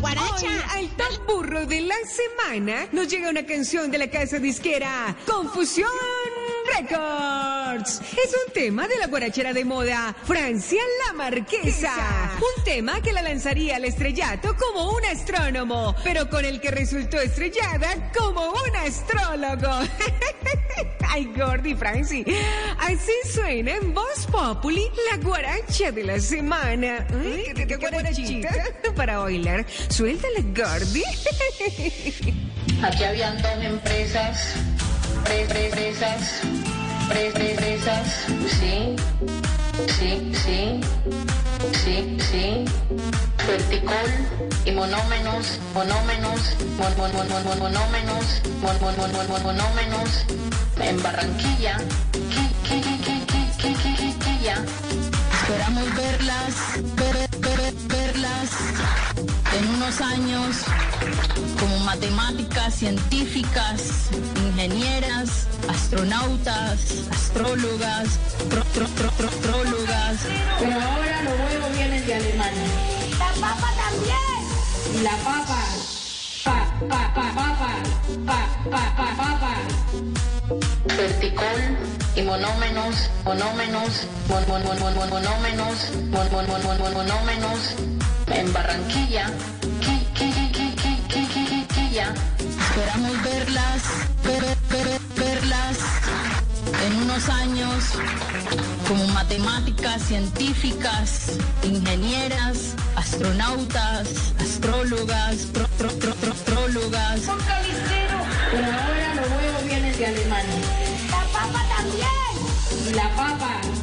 guaracha. Hoy, al top burro de la semana, nos llega una canción de la casa disquera Confusión Records. Es un tema de la guarachera de moda Francia la Marquesa. Un tema que la lanzaría al estrellato como un astrónomo, pero con el que resultó estrellada como un astrólogo. Ay, Gordy, Franci. Así suena en Voz Populi la guaracha de la semana. ¿Qué guarachita? Para bailar. Suéltala, Gordy. Aquí habían dos empresas, sí, Verticol y monómenos, en Barranquilla, esperamos verlas en unos años como matemáticas, científicas, ingenieras, astronautas, astrólogas, astrólogas. Pero ahora los huevos vienen de Alemania. La papa también. Y la papa. Verticol y monómenos, en Barranquilla, esperamos verlas en unos años como matemáticas, científicas, ingenieras, astronautas, astrólogas, astrólogas. Con calicero. Pero ahora los huevos vienen de Alemania. La papa también. Y la papa.